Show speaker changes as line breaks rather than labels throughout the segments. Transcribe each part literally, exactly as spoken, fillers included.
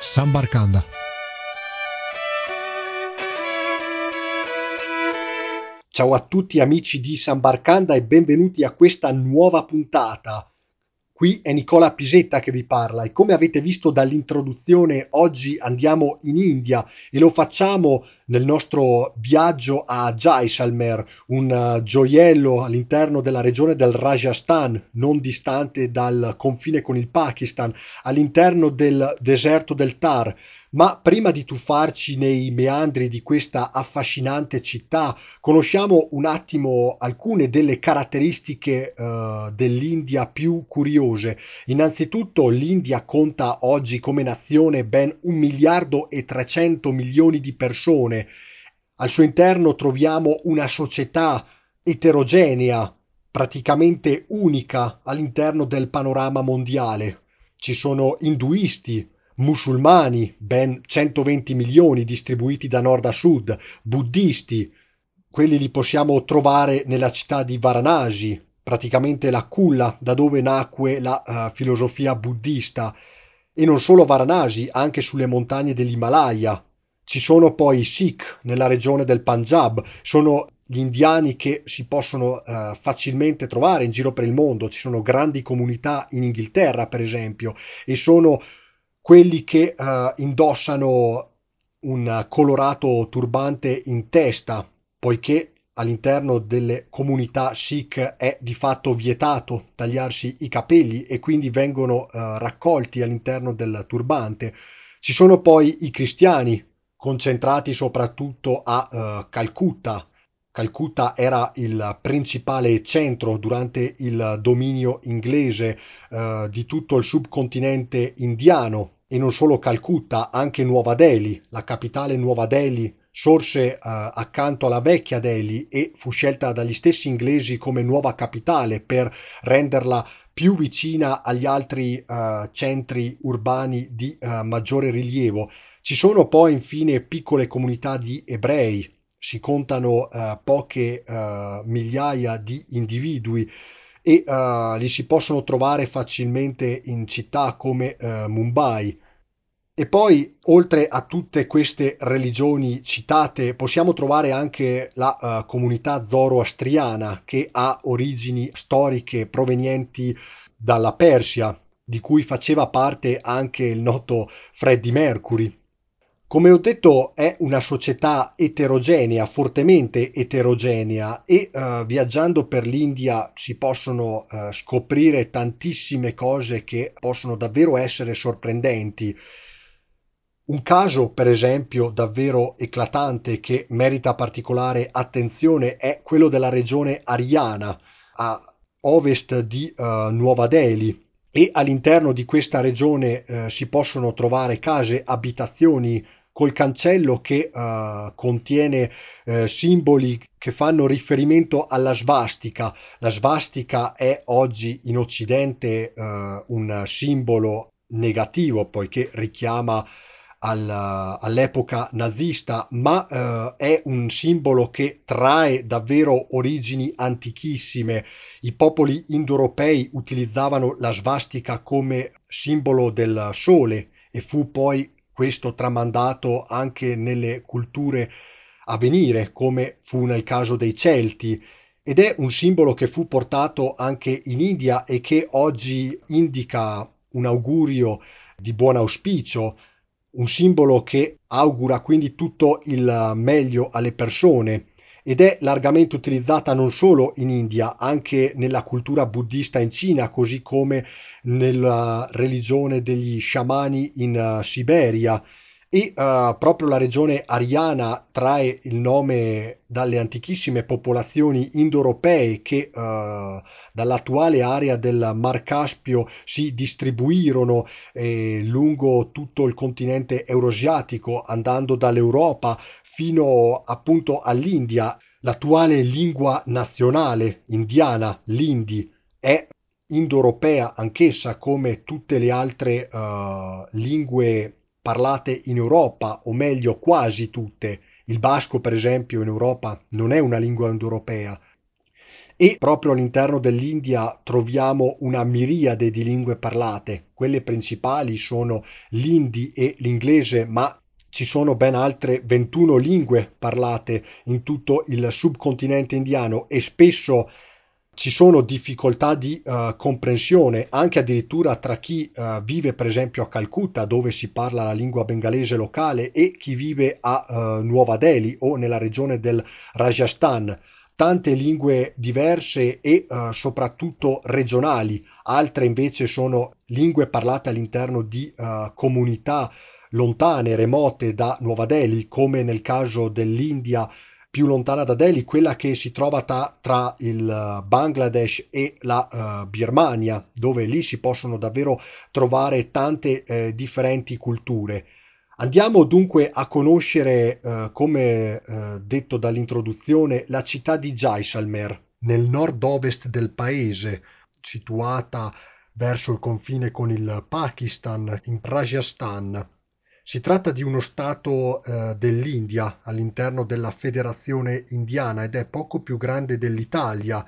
Sambarcanda.
Ciao a tutti amici di Sambarcanda e benvenuti a questa nuova puntata. Qui è Nicola Pisetta che vi parla e come avete visto dall'introduzione oggi andiamo in India e lo facciamo nel nostro viaggio a Jaisalmer, un uh, gioiello all'interno della regione del Rajasthan, non distante dal confine con il Pakistan, all'interno del deserto del Thar. Ma prima di tuffarci nei meandri di questa affascinante città, conosciamo un attimo alcune delle caratteristiche eh, dell'India più curiose. Innanzitutto l'India conta oggi come nazione ben un miliardo e trecento milioni di persone. Al suo interno troviamo una società eterogenea, praticamente unica all'interno del panorama mondiale. Ci sono induisti, musulmani, ben centoventi milioni distribuiti da nord a sud, buddisti, quelli li possiamo trovare nella città di Varanasi, praticamente la culla da dove nacque la uh, filosofia buddista, e non solo Varanasi, anche sulle montagne dell'Himalaya. Ci sono poi i Sikh nella regione del Punjab, sono gli indiani che si possono uh, facilmente trovare in giro per il mondo, ci sono grandi comunità in Inghilterra per esempio, e sono quelli che uh, indossano un colorato turbante in testa, poiché all'interno delle comunità Sikh è di fatto vietato tagliarsi i capelli e quindi vengono eh, raccolti all'interno del turbante. Ci sono poi i cristiani, concentrati soprattutto a eh, Calcutta. Calcutta era il principale centro durante il dominio inglese eh, di tutto il subcontinente indiano e non solo Calcutta, anche Nuova Delhi, la capitale Nuova Delhi sorse eh, accanto alla vecchia Delhi e fu scelta dagli stessi inglesi come nuova capitale per renderla più vicina agli altri eh, centri urbani di eh, maggiore rilievo. Ci sono poi infine piccole comunità di ebrei, si contano eh, poche eh, migliaia di individui e eh, li si possono trovare facilmente in città come eh, Mumbai. E poi, oltre a tutte queste religioni citate, possiamo trovare anche la eh, comunità zoroastriana che ha origini storiche provenienti dalla Persia, di cui faceva parte anche il noto Freddie Mercury. Come ho detto, è una società eterogenea, fortemente eterogenea e eh, viaggiando per l'India si possono eh, scoprire tantissime cose che possono davvero essere sorprendenti. Un caso, per esempio, davvero eclatante che merita particolare attenzione è quello della regione Haryana, a ovest di eh, Nuova Delhi. E all'interno di questa regione eh, si possono trovare case, abitazioni col cancello che eh, contiene eh, simboli che fanno riferimento alla svastica. La svastica è oggi in Occidente eh, un simbolo negativo poiché richiama al- all'epoca nazista, ma eh, è un simbolo che trae davvero origini antichissime. I popoli indoeuropei utilizzavano la svastica come simbolo del sole e fu poi questo tramandato anche nelle culture a venire, come fu nel caso dei Celti, ed è un simbolo che fu portato anche in India e che oggi indica un augurio di buon auspicio, un simbolo che augura quindi tutto il meglio alle persone ed è largamente utilizzata non solo in India, anche nella cultura buddista in Cina, così come nella religione degli sciamani in uh, Siberia. E uh, proprio la regione ariana trae il nome dalle antichissime popolazioni indoeuropee che uh, dall'attuale area del Mar Caspio si distribuirono eh, lungo tutto il continente euroasiatico, andando dall'Europa fino appunto all'India. L'attuale lingua nazionale indiana, l'Indi, è indoeuropea anch'essa come tutte le altre uh, lingue parlate in Europa, o meglio quasi tutte. Il basco, per esempio, in Europa non è una lingua indoeuropea. e proprio all'interno dell'India troviamo una miriade di lingue parlate. Quelle principali sono l'indi e l'inglese, ma ci sono ben altre ventuno lingue parlate in tutto il subcontinente indiano e spesso ci sono difficoltà di eh, comprensione anche addirittura tra chi eh, vive per esempio a Calcutta dove si parla la lingua bengalese locale e chi vive a eh, Nuova Delhi o nella regione del Rajasthan. Tante lingue diverse e eh, soprattutto regionali, altre invece sono lingue parlate all'interno di eh, comunità lontane, remote da Nuova Delhi, come nel caso dell'India più lontana da Delhi, quella che si trova ta- tra il eh, Bangladesh e la eh, Birmania, dove lì si possono davvero trovare tante eh, differenti culture. Andiamo dunque a conoscere, eh, come eh, detto dall'introduzione, la città di Jaisalmer, nel nord-ovest del paese, situata verso il confine con il Pakistan, in Rajasthan. Si tratta di uno stato eh, dell'India all'interno della Federazione Indiana ed è poco più grande dell'Italia.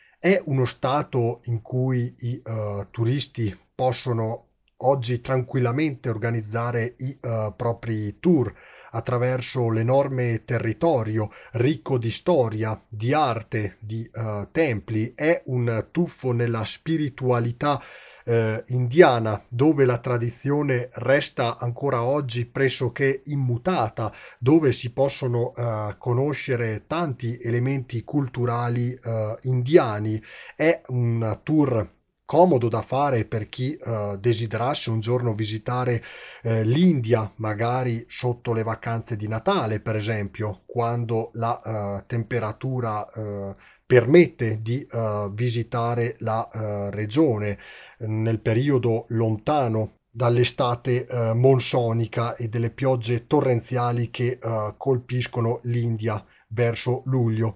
È uno stato in cui i eh, turisti possono oggi tranquillamente organizzare i eh, propri tour attraverso l'enorme territorio ricco di storia, di arte, di eh, templi. È un tuffo nella spiritualità eh, indiana, dove la tradizione resta ancora oggi pressoché immutata, dove si possono eh, conoscere tanti elementi culturali eh, indiani. È un tour comodo da fare per chi eh, desiderasse un giorno visitare eh, l'India, magari sotto le vacanze di Natale, per esempio, quando la eh, temperatura eh, permette di eh, visitare la eh, regione nel periodo lontano dall'estate eh, monsonica e delle piogge torrenziali che eh, colpiscono l'India verso luglio.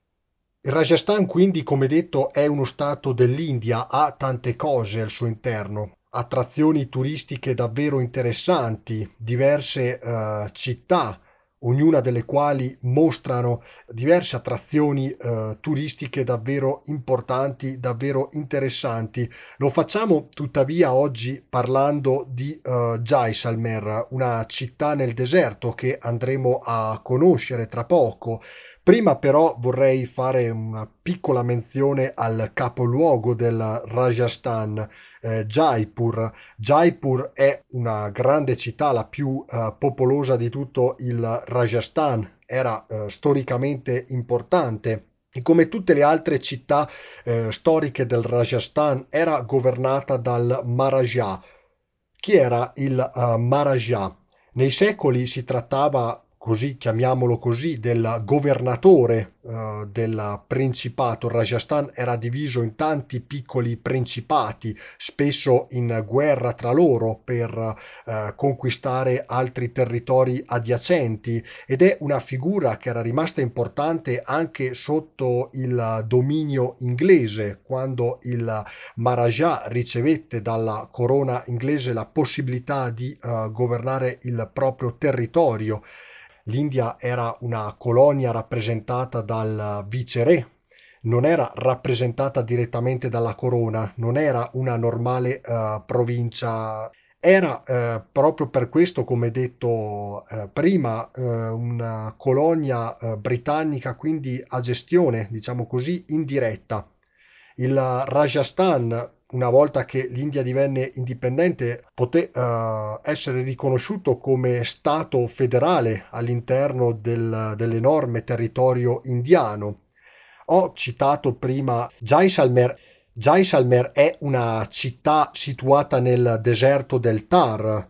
Il Rajasthan quindi, come detto, è uno stato dell'India, ha tante cose al suo interno, attrazioni turistiche davvero interessanti, diverse eh, città, ognuna delle quali mostrano diverse attrazioni eh, turistiche davvero importanti, davvero interessanti. Lo facciamo tuttavia oggi parlando di eh, Jaisalmer, una città nel deserto che andremo a conoscere tra poco. Prima però vorrei fare una piccola menzione al capoluogo del Rajasthan, eh, Jaipur. Jaipur è una grande città, la più eh, popolosa di tutto il Rajasthan, era eh, storicamente importante. E come tutte le altre città eh, storiche del Rajasthan, era governata dal Maharaja. Chi era il uh, Maharaja? Nei secoli si trattava, così chiamiamolo così, del governatore eh, del principato. Il Rajasthan era diviso in tanti piccoli principati, spesso in guerra tra loro per eh, conquistare altri territori adiacenti ed è una figura che era rimasta importante anche sotto il dominio inglese, quando il Maharaja ricevette dalla corona inglese la possibilità di eh, governare il proprio territorio. L'India era una colonia rappresentata dal viceré, non era rappresentata direttamente dalla corona, non era una normale eh, provincia. Era eh, proprio per questo, come detto eh, prima, eh, una colonia eh, britannica, quindi a gestione, diciamo così, indiretta. Il Rajasthan, una volta che l'India divenne indipendente, poté eh, essere riconosciuto come Stato federale all'interno del, dell'enorme territorio indiano. Ho citato prima Jaisalmer. Jaisalmer è una città situata nel deserto del Thar,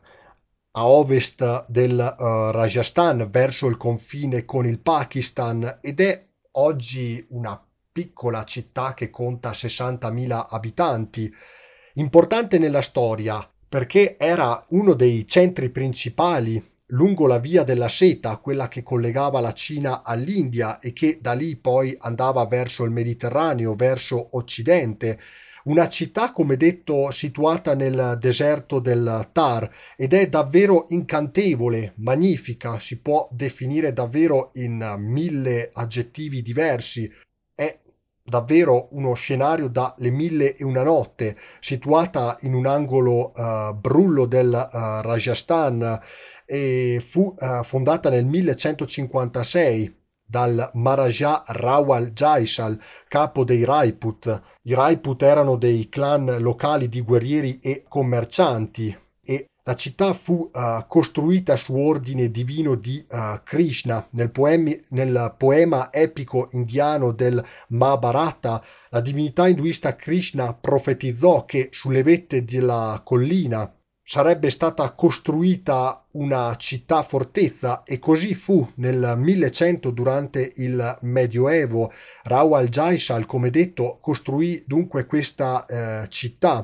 a ovest del eh, Rajasthan, verso il confine con il Pakistan, ed è oggi una piccola città che conta sessantamila abitanti, importante nella storia perché era uno dei centri principali lungo la via della seta, quella che collegava la Cina all'India e che da lì poi andava verso il Mediterraneo, verso Occidente. Una città, come detto, situata nel deserto del Thar ed è davvero incantevole, magnifica, si può definire davvero in mille aggettivi diversi. È davvero uno scenario da Le mille e una notte, situata in un angolo eh, brullo del eh, Rajasthan, e fu eh, fondata nel millecentocinquantasei dal Maharaja Rawal Jaisal, capo dei Rajput. I Rajput erano dei clan locali di guerrieri e commercianti, e la città fu eh, costruita su ordine divino di eh, Krishna. Nel, poemi- nel poema epico indiano del Mahabharata, la divinità induista Krishna profetizzò che sulle vette della collina sarebbe stata costruita una città fortezza, e così fu nel millecento, durante il Medioevo. Rawal Jaisal, come detto, costruì dunque questa eh, città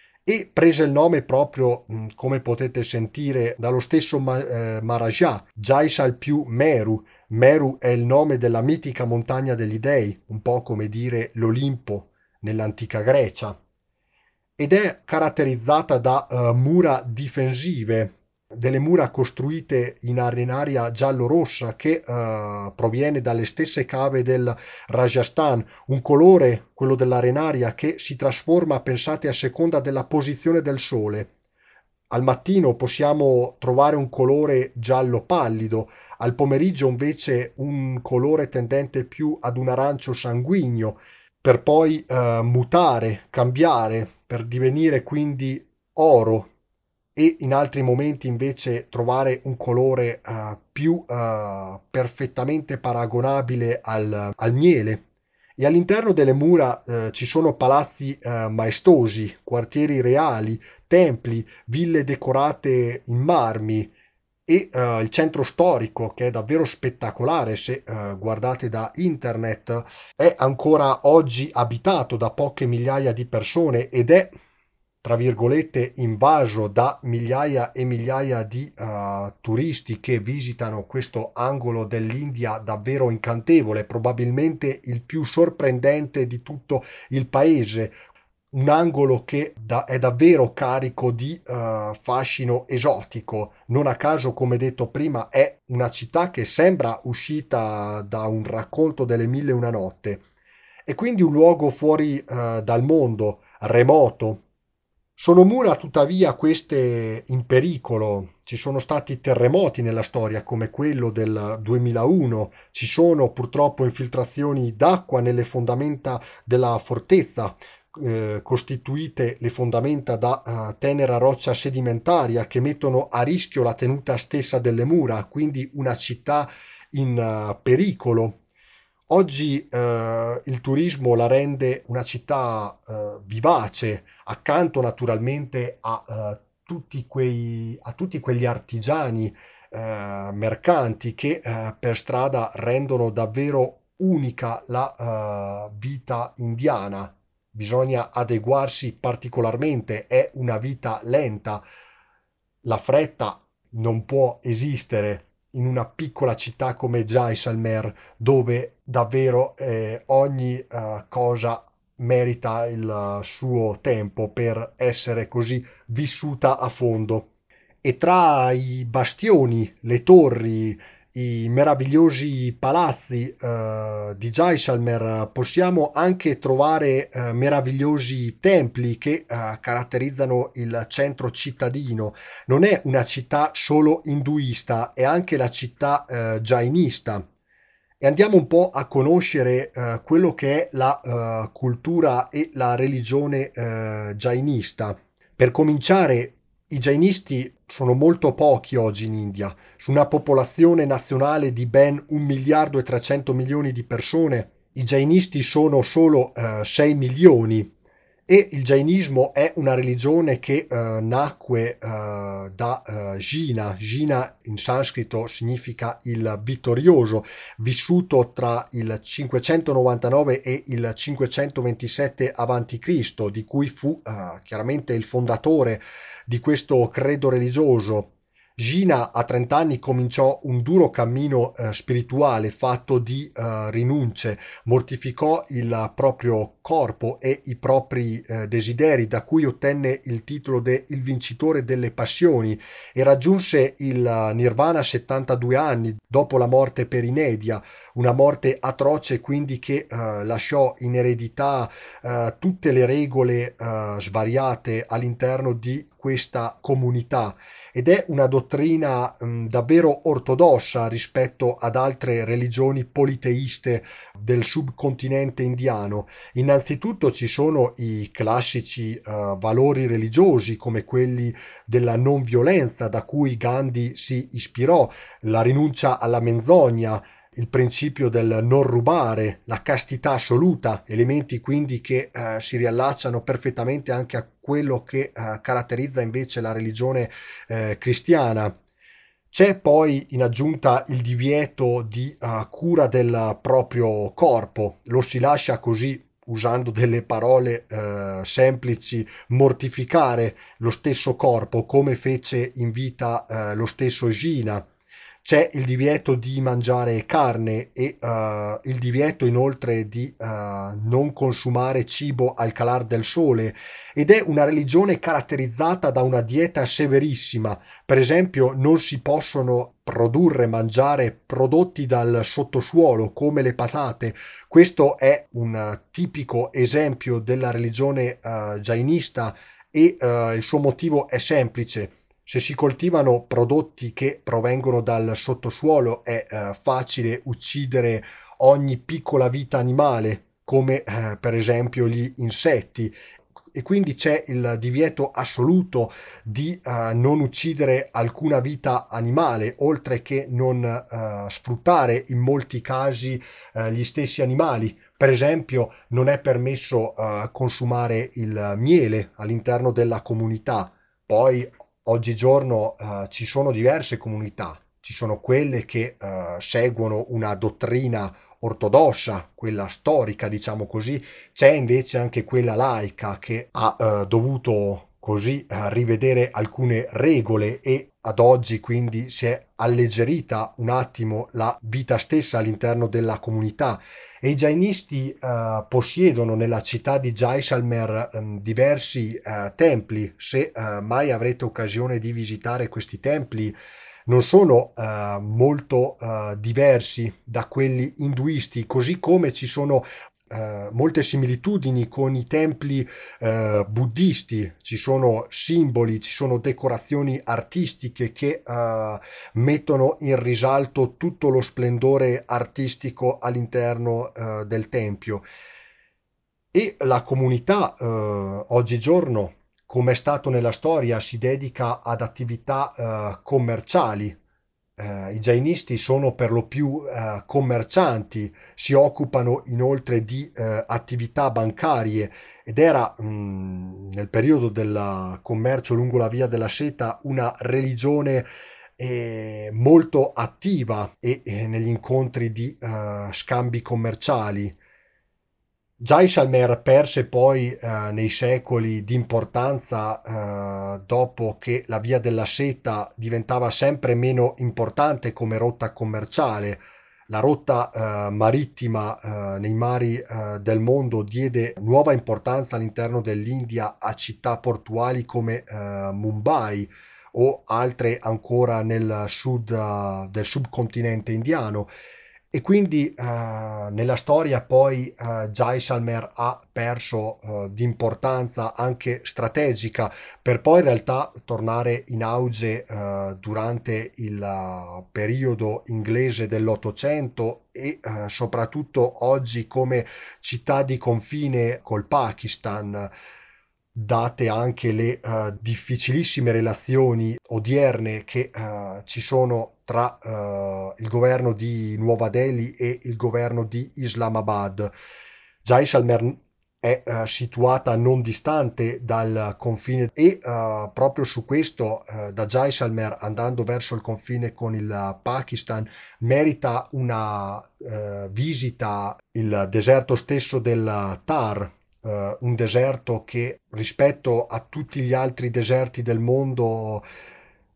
e prese il nome proprio, mh, come potete sentire, dallo stesso Ma- eh, Maharaja, Jaisal più Meru. Meru è il nome della mitica montagna degli dei, un po' come dire l'Olimpo nell'antica Grecia, ed è caratterizzata da eh, mura difensive, delle mura costruite in arenaria giallo-rossa che eh, proviene dalle stesse cave del Rajasthan, un colore, quello dell'arenaria, che si trasforma, pensate, a seconda della posizione del sole. Al mattino possiamo trovare un colore giallo pallido, al pomeriggio invece un colore tendente più ad un arancio sanguigno, per poi eh, mutare, cambiare, per divenire quindi oro, e in altri momenti invece trovare un colore eh, più eh, perfettamente paragonabile al, al miele. E all'interno delle mura eh, ci sono palazzi eh, maestosi, quartieri reali, templi, ville decorate in marmi, e eh, il centro storico, che è davvero spettacolare se eh, guardate da internet, è ancora oggi abitato da poche migliaia di persone ed è, tra virgolette, invaso da migliaia e migliaia di uh, turisti che visitano questo angolo dell'India davvero incantevole, probabilmente il più sorprendente di tutto il paese. Un angolo che da- è davvero carico di eh, fascino esotico. Non a caso, come detto prima, è una città che sembra uscita da un racconto delle mille e una notte. E quindi un luogo fuori eh, dal mondo, remoto. Sono mura tuttavia queste in pericolo. Ci sono stati terremoti nella storia come quello del duemilauno, ci sono purtroppo infiltrazioni d'acqua nelle fondamenta della fortezza, eh, costituite le fondamenta da eh, tenera roccia sedimentaria, che mettono a rischio la tenuta stessa delle mura, quindi una città in eh, pericolo. Oggi eh, il turismo la rende una città eh, vivace, accanto naturalmente a, eh, tutti quei, a tutti quegli artigiani, eh, mercanti che eh, per strada rendono davvero unica la eh, vita indiana. Bisogna adeguarsi particolarmente, è una vita lenta. La fretta non può esistere in una piccola città come Jaisalmer, dove davvero eh, ogni eh, cosa merita il suo tempo per essere così vissuta a fondo. E tra i bastioni, le torri, i meravigliosi palazzi eh, di Jaisalmer possiamo anche trovare eh, meravigliosi templi che eh, caratterizzano il centro cittadino. Non è una città solo induista, è anche la città eh, jainista. E andiamo un po' a conoscere eh, quello che è la eh, cultura e la religione eh, jainista. Per cominciare, i jainisti sono molto pochi oggi in India. Su una popolazione nazionale di ben un miliardo e trecento milioni di persone, i jainisti sono solo eh, sei milioni, e il Jainismo è una religione che eh, nacque eh, da eh, Jina. Jina in sanscrito significa il vittorioso, vissuto tra il cinquecentonovantanove e il cinquecentoventisette avanti Cristo, di cui fu eh, chiaramente il fondatore di questo credo religioso. Gina a trenta anni cominciò un duro cammino eh, spirituale fatto di eh, rinunce, mortificò il proprio corpo e i propri eh, desideri, da cui ottenne il titolo di Il vincitore delle passioni e raggiunse il eh, Nirvana a settantadue anni dopo la morte per inedia, una morte atroce quindi che eh, lasciò in eredità eh, tutte le regole eh, svariate all'interno di questa comunità ed è una dottrina mh, davvero ortodossa rispetto ad altre religioni politeiste del subcontinente indiano. Innanzitutto ci sono i classici eh, valori religiosi come quelli della non violenza da cui Gandhi si ispirò, la rinuncia alla menzogna, il principio del non rubare, la castità assoluta, elementi quindi che eh, si riallacciano perfettamente anche a quello che eh, caratterizza invece la religione eh, cristiana. C'è poi in aggiunta il divieto di uh, cura del proprio corpo, lo si lascia così, usando delle parole eh, semplici, mortificare lo stesso corpo come fece in vita eh, lo stesso Gina. C'è il divieto di mangiare carne e eh, il divieto inoltre di eh, non consumare cibo al calar del sole ed è una religione caratterizzata da una dieta severissima. Per esempio, non si possono produrre, mangiare prodotti dal sottosuolo come le patate. Questo è un tipico esempio della religione eh, jainista e eh, il suo motivo è semplice. Se si coltivano prodotti che provengono dal sottosuolo è eh, facile uccidere ogni piccola vita animale, come eh, per esempio gli insetti, e quindi c'è il divieto assoluto di eh, non uccidere alcuna vita animale, oltre che non eh, sfruttare in molti casi eh, gli stessi animali. Per esempio, non è permesso eh, consumare il miele all'interno della comunità. Poi, oggigiorno eh, ci sono diverse comunità. Ci sono quelle che eh, seguono una dottrina ortodossa, quella storica, diciamo così, c'è invece anche quella laica che ha eh, dovuto così eh, rivedere alcune regole e ad oggi quindi si è alleggerita un attimo la vita stessa all'interno della comunità. E i jainisti eh, possiedono nella città di Jaisalmer ehm, diversi eh, templi. Se eh, mai avrete occasione di visitare questi templi, non sono eh, molto eh, diversi da quelli induisti, così come ci sono eh, molte similitudini con i templi eh, buddisti, ci sono simboli, ci sono decorazioni artistiche che eh, mettono in risalto tutto lo splendore artistico all'interno eh, del tempio. E la comunità eh, oggigiorno, come è stato nella storia, si dedica ad attività eh, commerciali. Eh, I jainisti sono per lo più eh, commercianti, si occupano inoltre di eh, attività bancarie ed era mh, nel periodo del commercio lungo la via della seta una religione eh, molto attiva e eh, negli incontri di eh, scambi commerciali. Jaisalmer perse poi eh, nei secoli di importanza eh, dopo che la via della seta diventava sempre meno importante come rotta commerciale. La rotta eh, marittima eh, nei mari eh, del mondo diede nuova importanza all'interno dell'India a città portuali come eh, Mumbai o altre ancora nel sud eh, del subcontinente indiano e quindi eh, nella storia poi eh, Jaisalmer ha perso eh, di importanza anche strategica per poi in realtà tornare in auge eh, durante il uh, periodo inglese dell'Ottocento e eh, soprattutto oggi come città di confine col Pakistan, date anche le uh, difficilissime relazioni odierne che uh, ci sono tra uh, il governo di Nuova Delhi e il governo di Islamabad. Jaisalmer è uh, situata non distante dal confine e uh, proprio su questo uh, da Jaisalmer andando verso il confine con il Pakistan merita una uh, visita il deserto stesso del Thar, eh, un deserto che rispetto a tutti gli altri deserti del mondo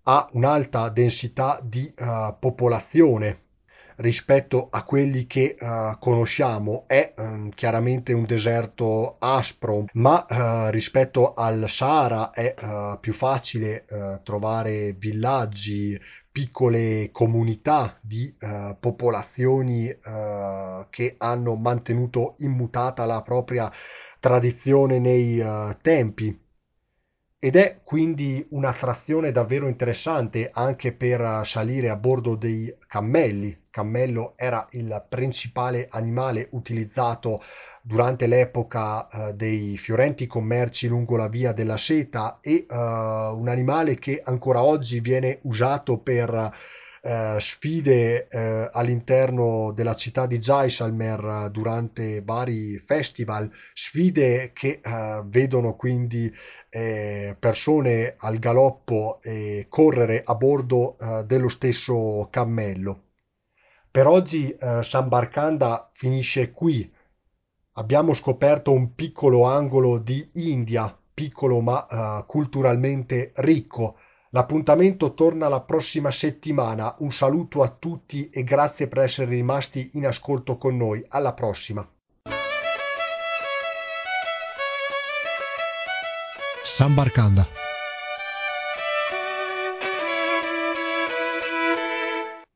ha un'alta densità di uh, popolazione rispetto a quelli che uh, conosciamo. È um, chiaramente un deserto aspro, ma uh, rispetto al Sahara è uh, più facile uh, trovare villaggi, piccole comunità di uh, popolazioni uh, che hanno mantenuto immutata la propria tradizione nei uh, tempi. Ed è quindi un'attrazione davvero interessante anche per salire a bordo dei cammelli. Cammello era il principale animale utilizzato durante l'epoca eh, dei fiorenti commerci lungo la via della seta e eh, un animale che ancora oggi viene usato per eh, sfide eh, all'interno della città di Jaisalmer eh, durante vari festival, sfide che eh, vedono quindi eh, persone al galoppo e correre a bordo eh, dello stesso cammello. Per oggi eh, Sambarcanda finisce qui. Abbiamo scoperto un piccolo angolo di India, piccolo ma eh, culturalmente ricco. L'appuntamento torna la prossima settimana. Un saluto a tutti e grazie per essere rimasti in ascolto con noi. Alla prossima.
Sambarcanda.